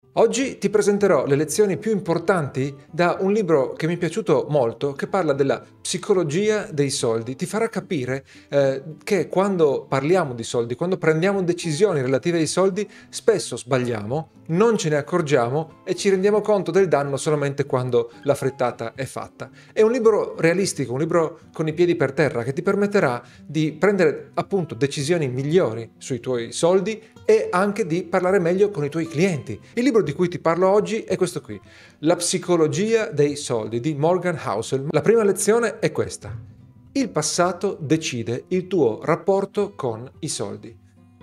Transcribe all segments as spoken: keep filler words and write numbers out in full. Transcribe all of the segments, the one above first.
Oggi ti presenterò le lezioni più importanti da un libro che mi è piaciuto molto, che parla della psicologia dei soldi. Ti farà capire eh, che quando parliamo di soldi, quando prendiamo decisioni relative ai soldi, spesso sbagliamo, non ce ne accorgiamo e ci rendiamo conto del danno solamente quando la frittata è fatta. È un libro realistico, un libro con i piedi per terra, che ti permetterà di prendere appunto decisioni migliori sui tuoi soldi e anche di parlare meglio con i tuoi clienti. Il libro di cui ti parlo oggi è questo qui, La psicologia dei soldi di Morgan Housel. La prima lezione è questa: il passato decide il tuo rapporto con i soldi.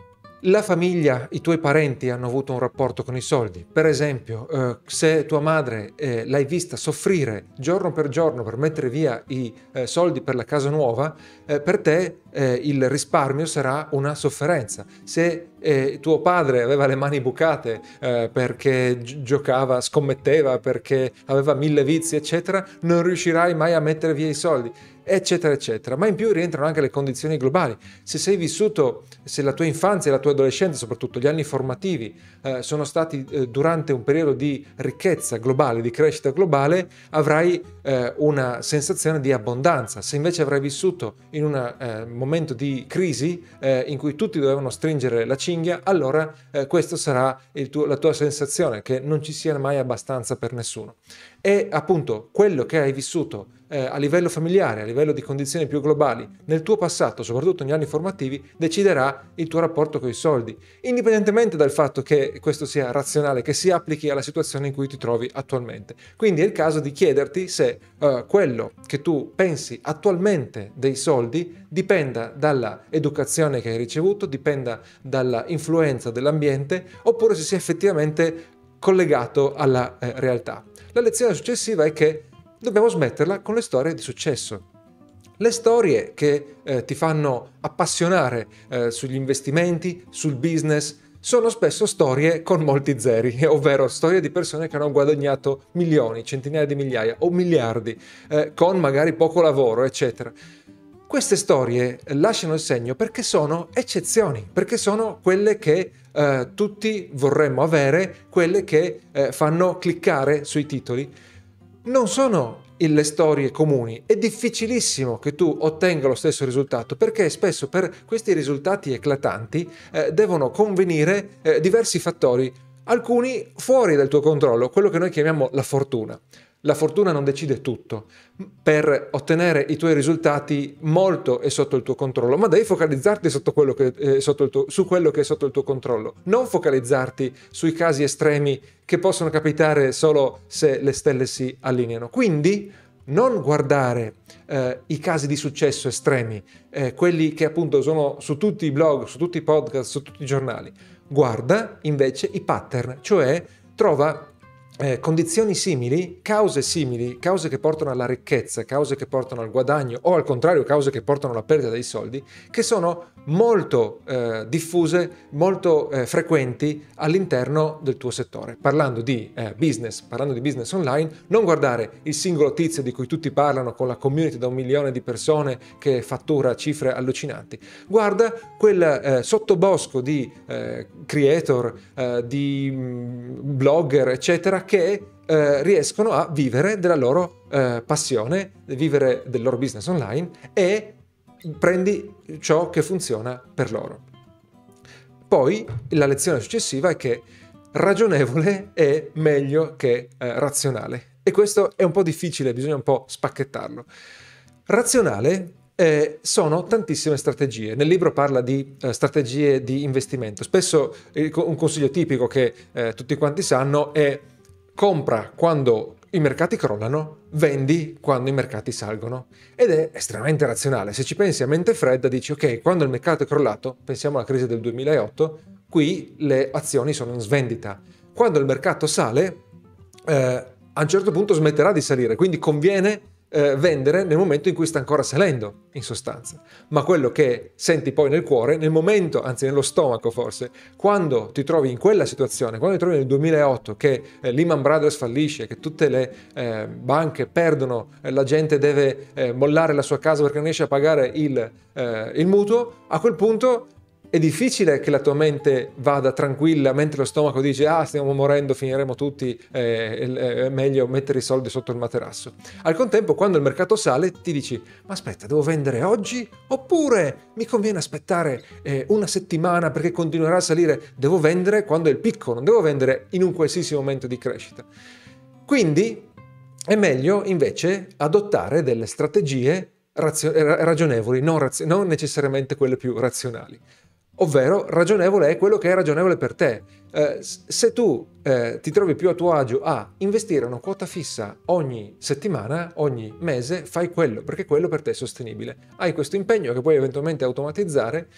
La famiglia, i tuoi parenti hanno avuto un rapporto con i soldi. Per esempio, eh, se tua madre eh, l'hai vista soffrire giorno per giorno per mettere via i eh, soldi per la casa nuova, eh, per te eh, il risparmio sarà una sofferenza. Se eh, tuo padre aveva le mani bucate eh, perché gi- giocava, scommetteva, perché aveva mille vizi, eccetera, non riuscirai mai a mettere via i soldi, eccetera, eccetera. Ma in più rientrano anche le condizioni globali. Se sei vissuto, se la tua infanzia e la tua adolescenza, soprattutto gli anni formativi, eh, sono stati eh, durante un periodo di ricchezza globale, di crescita globale, avrai eh, una sensazione di abbondanza. Se invece avrai vissuto in un eh, momento di crisi eh, in cui tutti dovevano stringere la cinghia, allora eh, questa sarà il tuo, la tua sensazione, che non ci sia mai abbastanza per nessuno. E appunto quello che hai vissuto eh, a livello familiare, a livello di condizioni più globali, nel tuo passato, soprattutto negli anni formativi, deciderà il tuo rapporto con i soldi, indipendentemente dal fatto che questo sia razionale, che si applichi alla situazione in cui ti trovi attualmente. Quindi è il caso di chiederti se eh, quello che tu pensi attualmente dei soldi dipenda dalla educazione che hai ricevuto, dipenda dalla influenza dell'ambiente, oppure se sia effettivamente collegato alla eh, realtà. La lezione successiva è che dobbiamo smetterla con le storie di successo. Le storie che eh, ti fanno appassionare eh, sugli investimenti, sul business, sono spesso storie con molti zeri, ovvero storie di persone che hanno guadagnato milioni, centinaia di migliaia o miliardi, eh, con magari poco lavoro, eccetera. Queste storie lasciano il segno perché sono eccezioni, perché sono quelle che eh, tutti vorremmo avere, quelle che eh, fanno cliccare sui titoli. Non sono le storie comuni, è difficilissimo che tu ottenga lo stesso risultato, perché spesso per questi risultati eclatanti eh, devono convenire eh, diversi fattori, alcuni fuori dal tuo controllo, quello che noi chiamiamo la fortuna. La fortuna non decide tutto. Per ottenere i tuoi risultati molto è sotto il tuo controllo, ma devi focalizzarti sotto quello che è sotto il tuo, su quello che è sotto il tuo controllo, non focalizzarti sui casi estremi che possono capitare solo se le stelle si allineano. Quindi non guardare eh, i casi di successo estremi, eh, quelli che appunto sono su tutti i blog, su tutti i podcast, su tutti i giornali. Guarda invece i pattern, cioè trova Eh, condizioni simili, cause simili, cause che portano alla ricchezza, cause che portano al guadagno o al contrario cause che portano alla perdita dei soldi, che sono molto eh, diffuse, molto eh, frequenti all'interno del tuo settore. Parlando di eh, business, parlando di business online, non guardare il singolo tizio di cui tutti parlano con la community da un milione di persone che fattura cifre allucinanti. Guarda quel eh, sottobosco di eh, creator, eh, di mh, blogger, eccetera, che eh, riescono a vivere della loro eh, passione, vivere del loro business online, e prendi ciò che funziona per loro. Poi la lezione successiva è che ragionevole è meglio che eh, razionale, e questo è un po' difficile, bisogna un po' spacchettarlo. Razionale Eh, sono tantissime strategie. Nel libro parla di eh, strategie di investimento. Spesso eh, un consiglio tipico che eh, tutti quanti sanno è: compra quando i mercati crollano, vendi quando i mercati salgono. Ed è estremamente razionale. Se ci pensi a mente fredda, dici ok, quando il mercato è crollato, pensiamo alla crisi del duemilaotto, qui le azioni sono in svendita. Quando il mercato sale, eh, a un certo punto smetterà di salire, quindi conviene Eh, vendere nel momento in cui sta ancora salendo, in sostanza. Ma quello che senti poi nel cuore, nel momento, anzi nello stomaco forse, quando ti trovi in quella situazione, quando ti trovi nel duemilaotto che eh, Lehman Brothers fallisce, che tutte le eh, banche perdono, eh, la gente deve eh, mollare la sua casa perché non riesce a pagare il, eh, il mutuo, a quel punto è difficile che la tua mente vada tranquilla mentre lo stomaco dice ah stiamo morendo, finiremo tutti, eh, è meglio mettere i soldi sotto il materasso. Al contempo quando il mercato sale ti dici ma aspetta, devo vendere oggi oppure mi conviene aspettare eh, una settimana perché continuerà a salire? Devo vendere quando è il picco, non devo vendere in un qualsiasi momento di crescita. Quindi è meglio invece adottare delle strategie razio- ragionevoli, non, razio- non necessariamente quelle più razionali. Ovvero, ragionevole è quello che è ragionevole per te. Eh, se tu eh, ti trovi più a tuo agio a investire una quota fissa ogni settimana, ogni mese, fai quello, perché quello per te è sostenibile. Hai questo impegno che puoi eventualmente automatizzare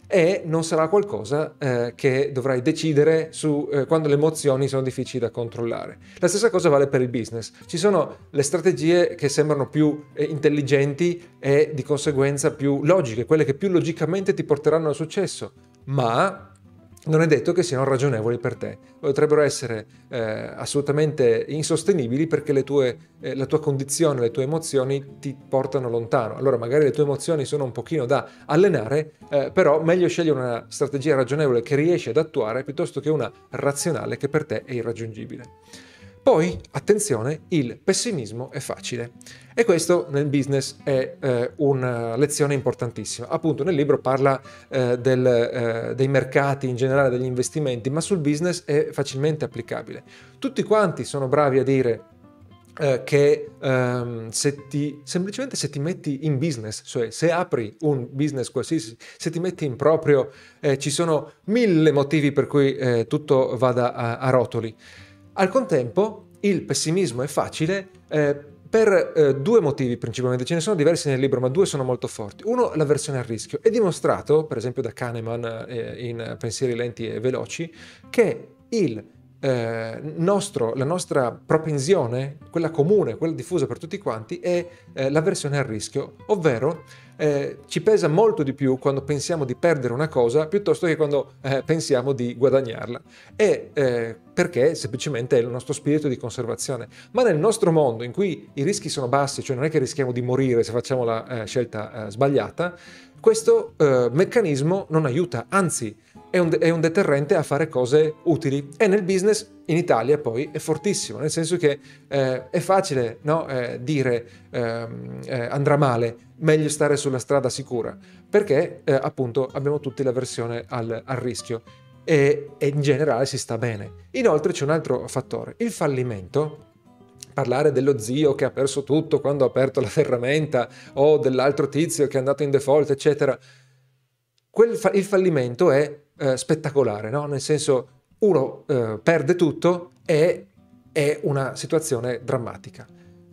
e non sarà qualcosa eh, che dovrai decidere su eh, quando le emozioni sono difficili da controllare. La stessa cosa vale per il business. Ci sono le strategie che sembrano più eh, intelligenti e di conseguenza più logiche, quelle che più logicamente ti porteranno al successo, ma non è detto che siano ragionevoli per te, potrebbero essere eh, assolutamente insostenibili perché le tue, eh, la tua condizione, le tue emozioni ti portano lontano. Allora magari le tue emozioni sono un pochino da allenare, eh, però meglio scegliere una strategia ragionevole che riesci ad attuare piuttosto che una razionale che per te è irraggiungibile. Poi, attenzione, il pessimismo è facile e questo nel business è eh, una lezione importantissima. Appunto nel libro parla eh, del, eh, dei mercati in generale, degli investimenti, ma sul business è facilmente applicabile. Tutti quanti sono bravi a dire eh, che ehm, se ti, semplicemente se ti metti in business, cioè se apri un business qualsiasi, se ti metti in proprio, eh, ci sono mille motivi per cui eh, tutto vada a, a rotoli. Al contempo, il pessimismo è facile eh, per eh, due motivi principalmente, ce ne sono diversi nel libro, ma due sono molto forti. Uno, l'avversione al rischio. È dimostrato, per esempio da Kahneman eh, in Pensieri lenti e veloci, che il eh, nostro, la nostra propensione, quella comune, quella diffusa per tutti quanti, è eh, l'avversione al rischio, ovvero eh, ci pesa molto di più quando pensiamo di perdere una cosa piuttosto che quando eh, pensiamo di guadagnarla. E eh, perché semplicemente è il nostro spirito di conservazione. Ma nel nostro mondo in cui i rischi sono bassi, cioè non è che rischiamo di morire se facciamo la eh, scelta eh, sbagliata, questo eh, meccanismo non aiuta, anzi è un, è un deterrente a fare cose utili. E nel business in Italia poi è fortissimo, nel senso che eh, è facile no, eh, dire ehm, eh, andrà male, meglio stare sulla strada sicura, perché eh, appunto abbiamo tutti l'avversione al, al rischio e, e in generale si sta bene. Inoltre c'è un altro fattore, il fallimento. Parlare dello zio che ha perso tutto quando ha aperto la ferramenta o dell'altro tizio che è andato in default, eccetera. Quel fa- il fallimento è eh, spettacolare, no? Nel senso uno eh, perde tutto e è una situazione drammatica.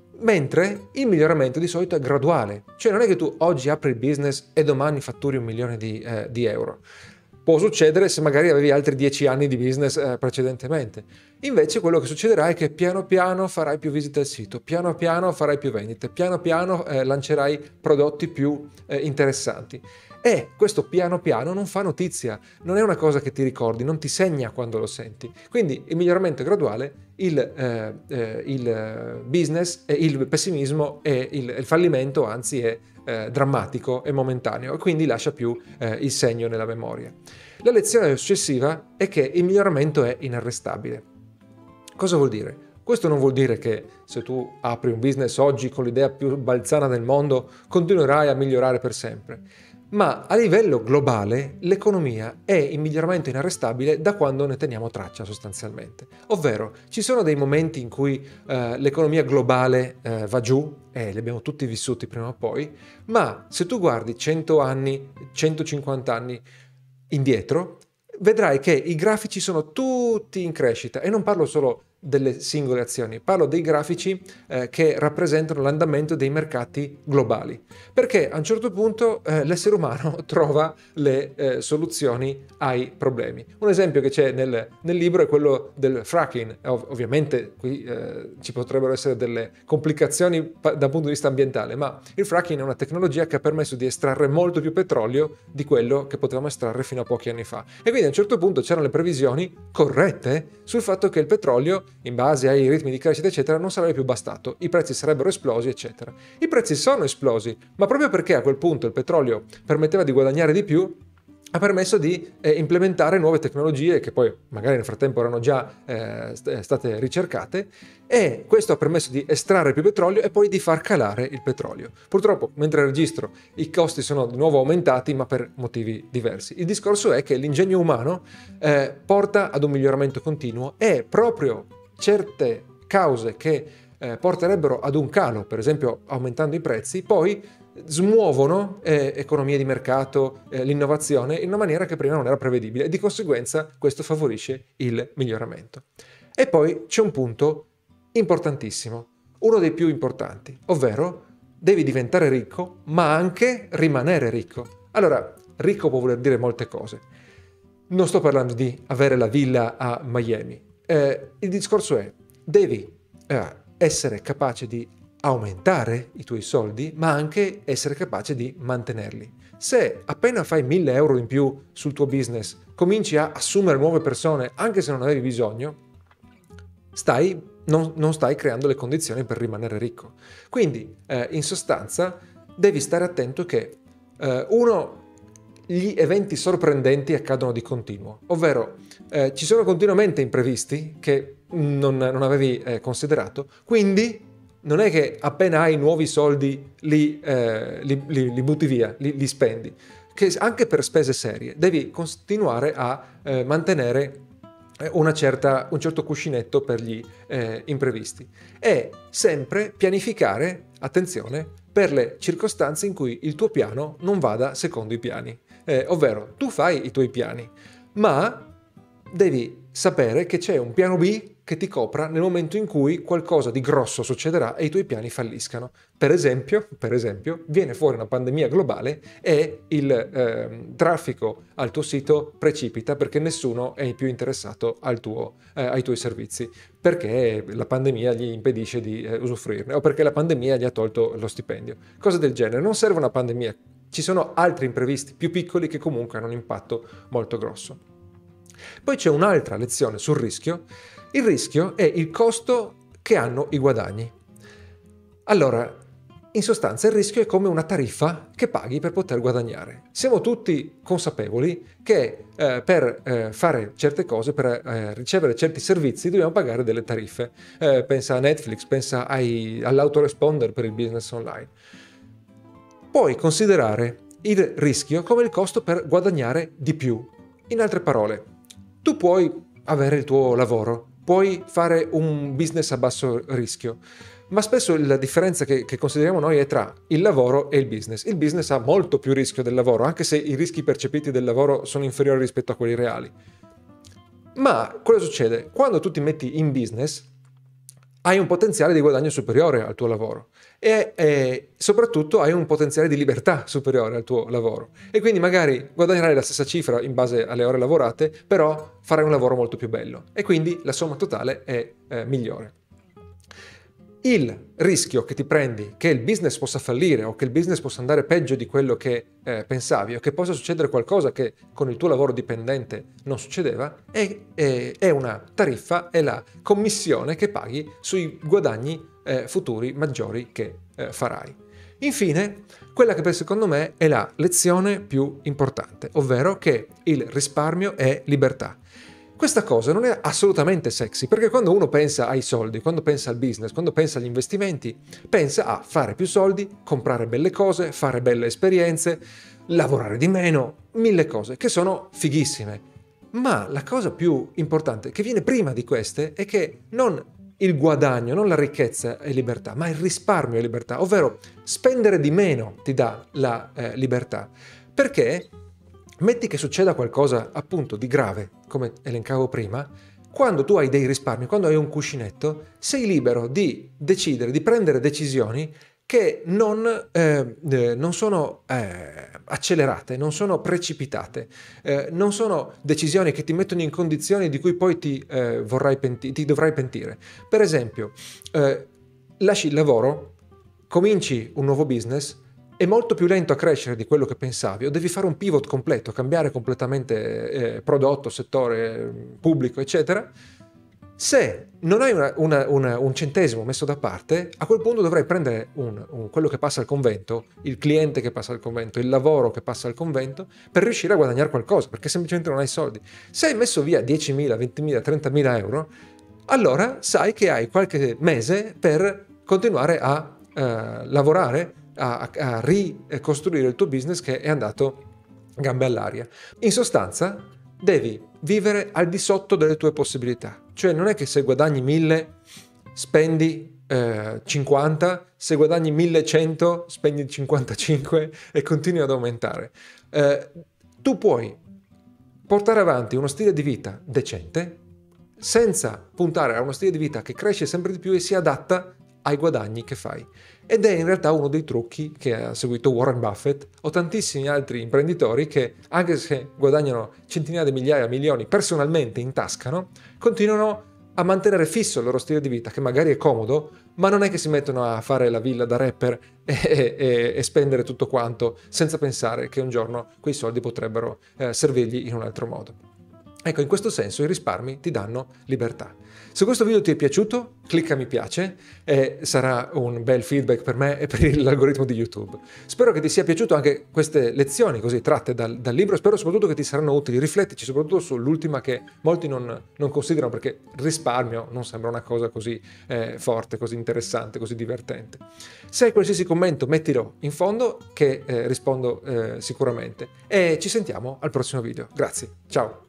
Mentre il miglioramento di solito è graduale, cioè non è che tu oggi apri il business e domani fatturi un milione di, eh, di euro. Può succedere se magari avevi altri dieci anni di business eh, precedentemente. Invece quello che succederà è che piano piano farai più visite al sito, piano piano farai più vendite, piano piano eh, lancerai prodotti più eh, interessanti. E questo piano piano non fa notizia, non è una cosa che ti ricordi, non ti segna quando lo senti. Quindi il miglioramento è graduale, il, eh, eh, il business, eh, il pessimismo e il, il fallimento anzi è eh, drammatico e momentaneo e quindi lascia più eh, il segno nella memoria. La lezione successiva è che il miglioramento è inarrestabile. Cosa vuol dire? Questo non vuol dire che se tu apri un business oggi con l'idea più balzana del mondo continuerai a migliorare per sempre. Ma a livello globale l'economia è in miglioramento inarrestabile da quando ne teniamo traccia sostanzialmente. Ovvero ci sono dei momenti in cui eh, l'economia globale eh, va giù, e li abbiamo tutti vissuti prima o poi, ma se tu guardi cento anni, centocinquanta anni indietro, vedrai che i grafici sono tutti in crescita e non parlo solo delle singole azioni, parlo dei grafici eh, che rappresentano l'andamento dei mercati globali, perché a un certo punto eh, l'essere umano trova le eh, soluzioni ai problemi. Un esempio che c'è nel, nel libro è quello del fracking. Ov- ovviamente qui eh, ci potrebbero essere delle complicazioni pa- dal punto di vista ambientale, ma il fracking è una tecnologia che ha permesso di estrarre molto più petrolio di quello che potevamo estrarre fino a pochi anni fa, e quindi a un certo punto c'erano le previsioni corrette sul fatto che il petrolio, in base ai ritmi di crescita eccetera, non sarebbe più bastato, i prezzi sarebbero esplosi eccetera. I prezzi sono esplosi, ma proprio perché a quel punto il petrolio permetteva di guadagnare di più, ha permesso di eh, implementare nuove tecnologie che poi magari nel frattempo erano già eh, st- state ricercate, e questo ha permesso di estrarre più petrolio e poi di far calare il petrolio. Purtroppo, mentre registro, i costi sono di nuovo aumentati, ma per motivi diversi. Il discorso è che l'ingegno umano eh, porta ad un miglioramento continuo, e proprio certe cause che eh, porterebbero ad un calo, per esempio aumentando i prezzi, poi smuovono eh, economie di mercato, eh, l'innovazione in una maniera che prima non era prevedibile, e di conseguenza questo favorisce il miglioramento. E poi c'è un punto importantissimo, uno dei più importanti, ovvero devi diventare ricco ma anche rimanere ricco. Allora, ricco può voler dire molte cose. Non sto parlando di avere la villa a Miami. Eh, il discorso è, devi eh, essere capace di aumentare i tuoi soldi, ma anche essere capace di mantenerli. Se appena fai mille euro in più sul tuo business, cominci a assumere nuove persone, anche se non avevi bisogno, stai, non, non stai creando le condizioni per rimanere ricco. Quindi, eh, in sostanza, devi stare attento che, eh, uno, gli eventi sorprendenti accadono di continuo, ovvero eh, ci sono continuamente imprevisti che non, non avevi eh, considerato, quindi non è che appena hai nuovi soldi li, eh, li, li, li butti via, li, li spendi, che anche per spese serie devi continuare a eh, mantenere una certa, un certo cuscinetto per gli eh, imprevisti, e sempre pianificare, attenzione, per le circostanze in cui il tuo piano non vada secondo i piani, eh, ovvero tu fai i tuoi piani, ma devi sapere che c'è un piano B che ti copra nel momento in cui qualcosa di grosso succederà e i tuoi piani falliscano. Per esempio, per esempio viene fuori una pandemia globale e il eh, traffico al tuo sito precipita perché nessuno è più interessato al tuo, eh, ai tuoi servizi, perché la pandemia gli impedisce di eh, usufruirne, o perché la pandemia gli ha tolto lo stipendio. Cose del genere. Non serve una pandemia, ci sono altri imprevisti più piccoli che comunque hanno un impatto molto grosso. Poi c'è un'altra lezione sul rischio. Il rischio è il costo che hanno i guadagni. Allora, in sostanza il rischio è come una tariffa che paghi per poter guadagnare. Siamo tutti consapevoli che eh, per eh, fare certe cose, per eh, ricevere certi servizi, dobbiamo pagare delle tariffe. Eh, pensa a Netflix, pensa ai, all'autoresponder per il business online. Puoi considerare il rischio come il costo per guadagnare di più. In altre parole, tu puoi avere il tuo lavoro, puoi fare un business a basso rischio, ma spesso la differenza che, che consideriamo noi è tra il lavoro e il business. Il business ha molto più rischio del lavoro, anche se i rischi percepiti del lavoro sono inferiori rispetto a quelli reali. Ma cosa succede? Quando tu ti metti in business, hai un potenziale di guadagno superiore al tuo lavoro e, e soprattutto hai un potenziale di libertà superiore al tuo lavoro, e quindi magari guadagnerai la stessa cifra in base alle ore lavorate, però farai un lavoro molto più bello e quindi la somma totale è eh, migliore. Il rischio che ti prendi che il business possa fallire o che il business possa andare peggio di quello che eh, pensavi, o che possa succedere qualcosa che con il tuo lavoro dipendente non succedeva, è, è, è una tariffa, è la commissione che paghi sui guadagni eh, futuri maggiori che eh, farai. Infine, quella che per secondo me è la lezione più importante, ovvero che il risparmio è libertà. Questa cosa non è assolutamente sexy, perché quando uno pensa ai soldi, quando pensa al business, quando pensa agli investimenti, pensa a fare più soldi, comprare belle cose, fare belle esperienze, lavorare di meno, mille cose che sono fighissime. Ma la cosa più importante che viene prima di queste è che non il guadagno, non la ricchezza è libertà, ma il risparmio è libertà, ovvero spendere di meno ti dà la eh, libertà. Perché metti che succeda qualcosa appunto di grave, come elencavo prima, quando tu hai dei risparmi, quando hai un cuscinetto, sei libero di decidere, di prendere decisioni che non, eh, eh, non sono eh, accelerate, non sono precipitate, eh, non sono decisioni che ti mettono in condizioni di cui poi ti, eh, vorrai penti- ti dovrai pentire. Per esempio, eh, lasci il lavoro, cominci un nuovo business, è molto più lento a crescere di quello che pensavi, o devi fare un pivot completo, cambiare completamente eh, prodotto, settore, pubblico, eccetera. Se non hai una, una, una, un centesimo messo da parte, a quel punto dovrai prendere un, un, quello che passa al convento, il cliente che passa al convento, il lavoro che passa al convento, per riuscire a guadagnare qualcosa, perché semplicemente non hai soldi. Se hai messo via diecimila, ventimila, trentamila euro, allora sai che hai qualche mese per continuare a eh, lavorare, a, a ricostruire il tuo business che è andato gambe all'aria. In sostanza, devi vivere al di sotto delle tue possibilità. Cioè non è che se guadagni mille spendi eh, cinquanta, se guadagni millecento spendi cinquantacinque e continui ad aumentare. Eh, tu puoi portare avanti uno stile di vita decente senza puntare a uno stile di vita che cresce sempre di più e si adatta ai guadagni che fai. Ed è in realtà uno dei trucchi che ha seguito Warren Buffett o tantissimi altri imprenditori che, anche se guadagnano centinaia di migliaia, milioni personalmente in tasca, no? Continuano a mantenere fisso il loro stile di vita, che magari è comodo, ma non è che si mettono a fare la villa da rapper e, e, e spendere tutto quanto senza pensare che un giorno quei soldi potrebbero eh, servirgli in un altro modo. Ecco, in questo senso i risparmi ti danno libertà. Se questo video ti è piaciuto, clicca mi piace e sarà un bel feedback per me e per l'algoritmo di YouTube. Spero che ti sia piaciuto anche queste lezioni così tratte dal, dal libro, spero soprattutto che ti saranno utili. Riflettici soprattutto sull'ultima che molti non, non considerano, perché risparmio non sembra una cosa così eh, forte, così interessante, così divertente. Se hai qualsiasi commento mettilo in fondo che eh, rispondo eh, sicuramente e ci sentiamo al prossimo video. Grazie, ciao!